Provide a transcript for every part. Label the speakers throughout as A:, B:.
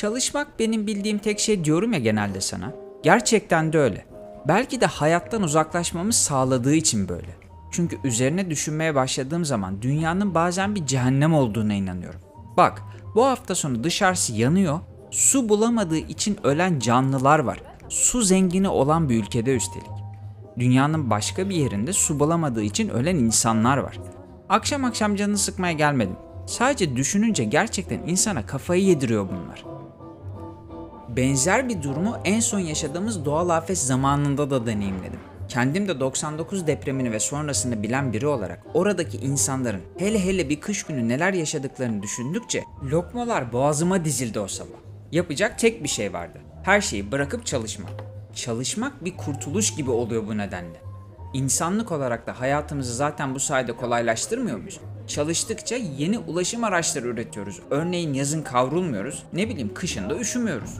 A: Çalışmak benim bildiğim tek şey diyorum ya genelde sana. Gerçekten de öyle. Belki de hayattan uzaklaşmamı sağladığı için böyle. Çünkü üzerine düşünmeye başladığım zaman dünyanın bazen bir cehennem olduğuna inanıyorum. Bak, bu hafta sonu dışarısı yanıyor, su bulamadığı için ölen canlılar var. Su zengini olan bir ülkede üstelik. Dünyanın başka bir yerinde su bulamadığı için ölen insanlar var. Akşam akşam canını sıkmaya gelmedim. Sadece düşününce gerçekten insana kafayı yediriyor bunlar. Benzer bir durumu en son yaşadığımız doğal afet zamanında da deneyimledim. Kendim de 99 depremini ve sonrasını bilen biri olarak oradaki insanların hele hele bir kış günü neler yaşadıklarını düşündükçe lokmalar boğazıma dizildi o sabah. Yapacak tek bir şey vardı. Her şeyi bırakıp çalışmak. Çalışmak bir kurtuluş gibi oluyor bu nedenle. İnsanlık olarak da hayatımızı zaten bu sayede kolaylaştırmıyor muyuz? Çalıştıkça yeni ulaşım araçları üretiyoruz. Örneğin yazın kavrulmuyoruz, ne bileyim kışın da üşümüyoruz.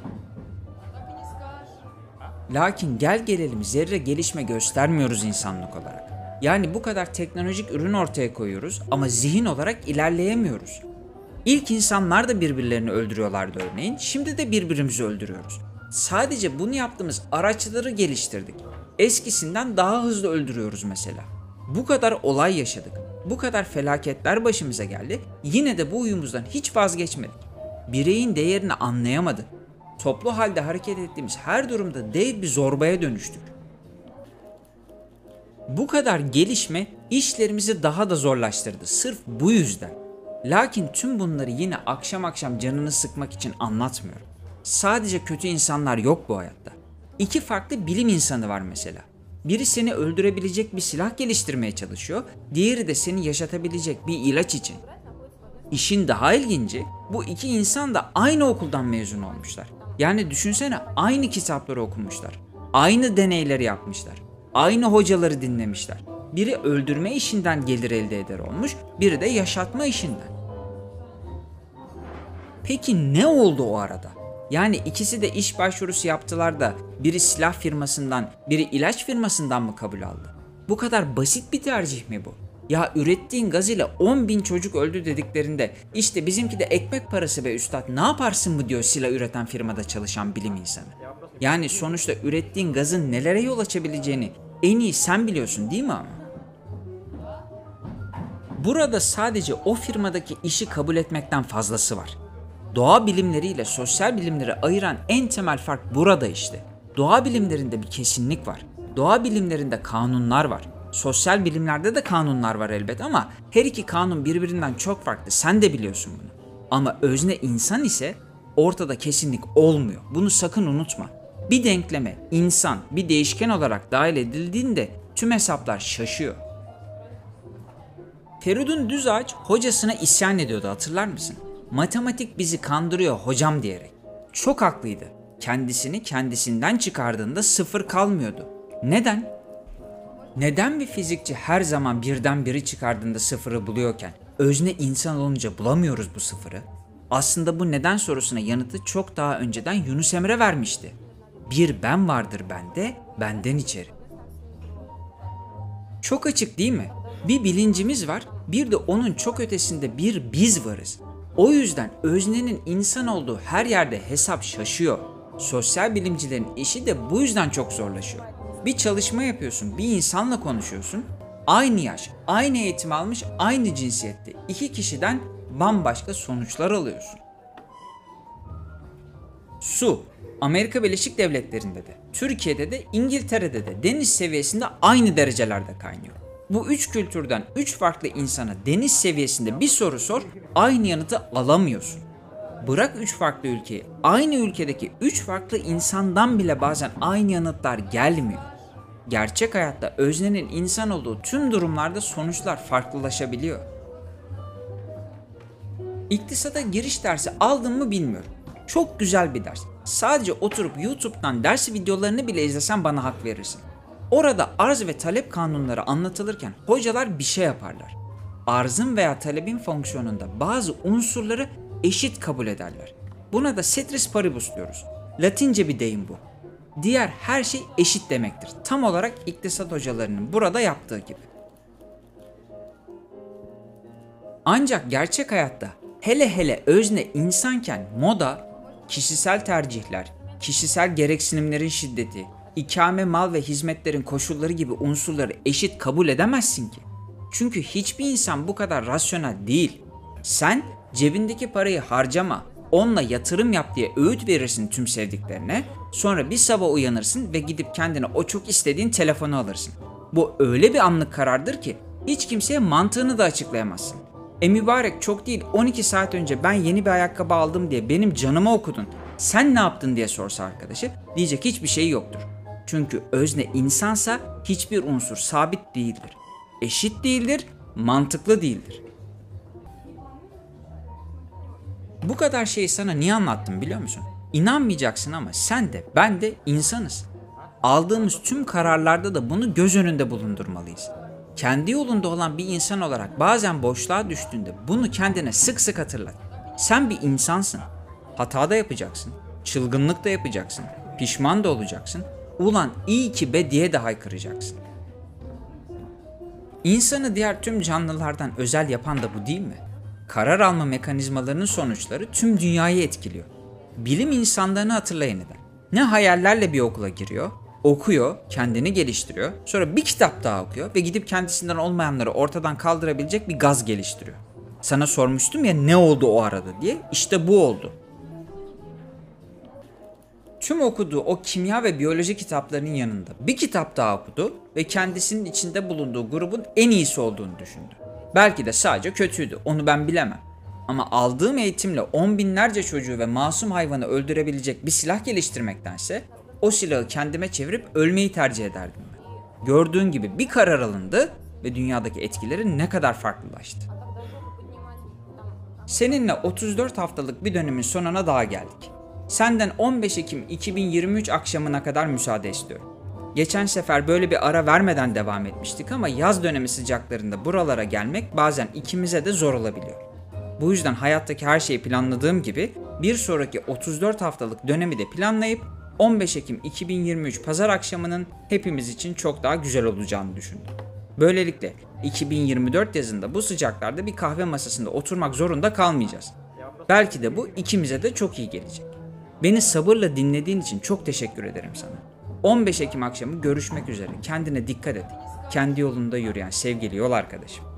A: Lakin gel gelelim zerre gelişme göstermiyoruz insanlık olarak. Yani bu kadar teknolojik ürün ortaya koyuyoruz ama zihin olarak ilerleyemiyoruz. İlk insanlar da birbirlerini öldürüyorlardı örneğin, şimdi de birbirimizi öldürüyoruz. Sadece bunu yaptığımız araçları geliştirdik. Eskisinden daha hızlı öldürüyoruz mesela. Bu kadar olay yaşadık. Bu kadar felaketler başımıza geldi. Yine de bu huyumuzdan hiç vazgeçmedik. Bireyin değerini anlayamadık. Toplu halde hareket ettiğimiz her durumda dev bir zorbaya dönüştük. Bu kadar gelişme işlerimizi daha da zorlaştırdı. Sırf bu yüzden. Lakin tüm bunları yine akşam akşam canını sıkmak için anlatmıyorum. Sadece kötü insanlar yok bu hayatta. İki farklı bilim insanı var mesela. Biri seni öldürebilecek bir silah geliştirmeye çalışıyor, diğeri de seni yaşatabilecek bir ilaç için. İşin daha ilginci, bu iki insan da aynı okuldan mezun olmuşlar. Yani düşünsene, aynı kitapları okumuşlar, aynı deneyleri yapmışlar, aynı hocaları dinlemişler. Biri öldürme işinden gelir elde eder olmuş, biri de yaşatma işinden. Peki ne oldu o arada? Yani ikisi de iş başvurusu yaptılar da biri silah firmasından, biri ilaç firmasından mı kabul aldı? Bu kadar basit bir tercih mi bu? Ya ürettiğin gaz ile 10.000 çocuk öldü dediklerinde işte bizimki de ekmek parası be üstad ne yaparsın mı diyor silah üreten firmada çalışan bilim insanı. Yani sonuçta ürettiğin gazın nelere yol açabileceğini en iyi sen biliyorsun değil mi ama? Burada sadece o firmadaki işi kabul etmekten fazlası var. Doğa bilimleriyle sosyal bilimleri ayıran en temel fark burada işte. Doğa bilimlerinde bir kesinlik var. Doğa bilimlerinde kanunlar var. Sosyal bilimlerde de kanunlar var elbet ama her iki kanun birbirinden çok farklı. Sen de biliyorsun bunu. Ama özne insan ise ortada kesinlik olmuyor. Bunu sakın unutma. Bir denkleme insan bir değişken olarak dahil edildiğinde tüm hesaplar şaşıyor. Feridun Düzağaç hocasına isyan ediyordu, hatırlar mısın? Matematik bizi kandırıyor hocam diyerek. Çok haklıydı. Kendisini kendisinden çıkardığında sıfır kalmıyordu. Neden? Neden bir fizikçi her zaman birden biri çıkardığında sıfırı buluyorken özne insan olunca bulamıyoruz bu sıfırı? Aslında bu neden sorusuna yanıtı çok daha önceden Yunus Emre vermişti. Bir ben vardır bende, benden içeri. Çok açık değil mi? Bir bilincimiz var, bir de onun çok ötesinde bir biz varız. O yüzden öznenin insan olduğu her yerde hesap şaşıyor. Sosyal bilimcilerin işi de bu yüzden çok zorlaşıyor. Bir çalışma yapıyorsun, bir insanla konuşuyorsun. Aynı yaş, aynı eğitim almış, aynı cinsiyette iki kişiden bambaşka sonuçlar alıyorsun. Su, Amerika Birleşik Devletleri'nde de, Türkiye'de de, İngiltere'de de deniz seviyesinde aynı derecelerde kaynıyor. Bu üç kültürden üç farklı insana deniz seviyesinde bir soru sor, aynı yanıtı alamıyorsun. Bırak üç farklı ülkeyi, aynı ülkedeki üç farklı insandan bile bazen aynı yanıtlar gelmiyor. Gerçek hayatta öznenin insan olduğu tüm durumlarda sonuçlar farklılaşabiliyor. İktisada giriş dersi aldın mı bilmiyorum. Çok güzel bir ders. Sadece oturup YouTube'dan ders videolarını bile izlesen bana hak verirsin. Orada arz ve talep kanunları anlatılırken hocalar bir şey yaparlar. Arzın veya talebin fonksiyonunda bazı unsurları eşit kabul ederler. Buna da ceteris paribus diyoruz. Latince bir deyim bu. Diğer her şey eşit demektir. Tam olarak iktisat hocalarının burada yaptığı gibi. Ancak gerçek hayatta hele hele özne insanken moda kişisel tercihler, kişisel gereksinimlerin şiddeti, ikame, mal ve hizmetlerin koşulları gibi unsurları eşit kabul edemezsin ki. Çünkü hiçbir insan bu kadar rasyonel değil. Sen cebindeki parayı harcama, onunla yatırım yap diye öğüt verirsin tüm sevdiklerine, sonra bir sabah uyanırsın ve gidip kendine o çok istediğin telefonu alırsın. Bu öyle bir anlık karardır ki hiç kimseye mantığını da açıklayamazsın. Mübarek çok değil 12 saat önce ben yeni bir ayakkabı aldım diye benim canıma okudun. Sen ne yaptın diye sorsa arkadaşı diyecek hiçbir şey yoktur. Çünkü özne insansa hiçbir unsur sabit değildir. Eşit değildir, mantıklı değildir. Bu kadar şeyi sana niye anlattım biliyor musun? İnanmayacaksın ama sen de ben de insanız. Aldığımız tüm kararlarda da bunu göz önünde bulundurmalıyız. Kendi yolunda olan bir insan olarak bazen boşluğa düştüğünde bunu kendine sık sık hatırlat. Sen bir insansın. Hata da yapacaksın. Çılgınlık da yapacaksın. Pişman da olacaksın. Ulan iyi ki be diye de haykıracaksın. İnsanı diğer tüm canlılardan özel yapan da bu değil mi? Karar alma mekanizmalarının sonuçları tüm dünyayı etkiliyor. Bilim insanlarını hatırlayın neden. Ne hayallerle bir okula giriyor, okuyor, kendini geliştiriyor, sonra bir kitap daha okuyor ve gidip kendisinden olmayanları ortadan kaldırabilecek bir gaz geliştiriyor. Sana sormuştum ya ne oldu o arada diye, işte bu oldu. Tüm okuduğu o kimya ve biyoloji kitaplarının yanında bir kitap daha okudu ve kendisinin içinde bulunduğu grubun en iyisi olduğunu düşündü. Belki de sadece kötüydü, onu ben bilemem. Ama aldığım eğitimle 10 binlerce çocuğu ve masum hayvanı öldürebilecek bir silah geliştirmektense o silahı kendime çevirip ölmeyi tercih ederdim ben. Gördüğün gibi bir karar alındı ve dünyadaki etkileri ne kadar farklılaştı. Seninle 34 haftalık bir dönemin sonuna daha geldik. Senden 15 Ekim 2023 akşamına kadar müsaade istiyorum. Geçen sefer böyle bir ara vermeden devam etmiştik ama yaz dönemi sıcaklarında buralara gelmek bazen ikimize de zor olabiliyor. Bu yüzden hayattaki her şeyi planladığım gibi bir sonraki 34 haftalık dönemi de planlayıp 15 Ekim 2023 pazar akşamının hepimiz için çok daha güzel olacağını düşündüm. Böylelikle 2024 yazında bu sıcaklarda bir kahve masasında oturmak zorunda kalmayacağız. Belki de bu ikimize de çok iyi gelecek. Beni sabırla dinlediğin için çok teşekkür ederim sana. 15 Ekim akşamı görüşmek üzere. Kendine dikkat et. Kendi yolunda yürüyen sevgili yol arkadaşım.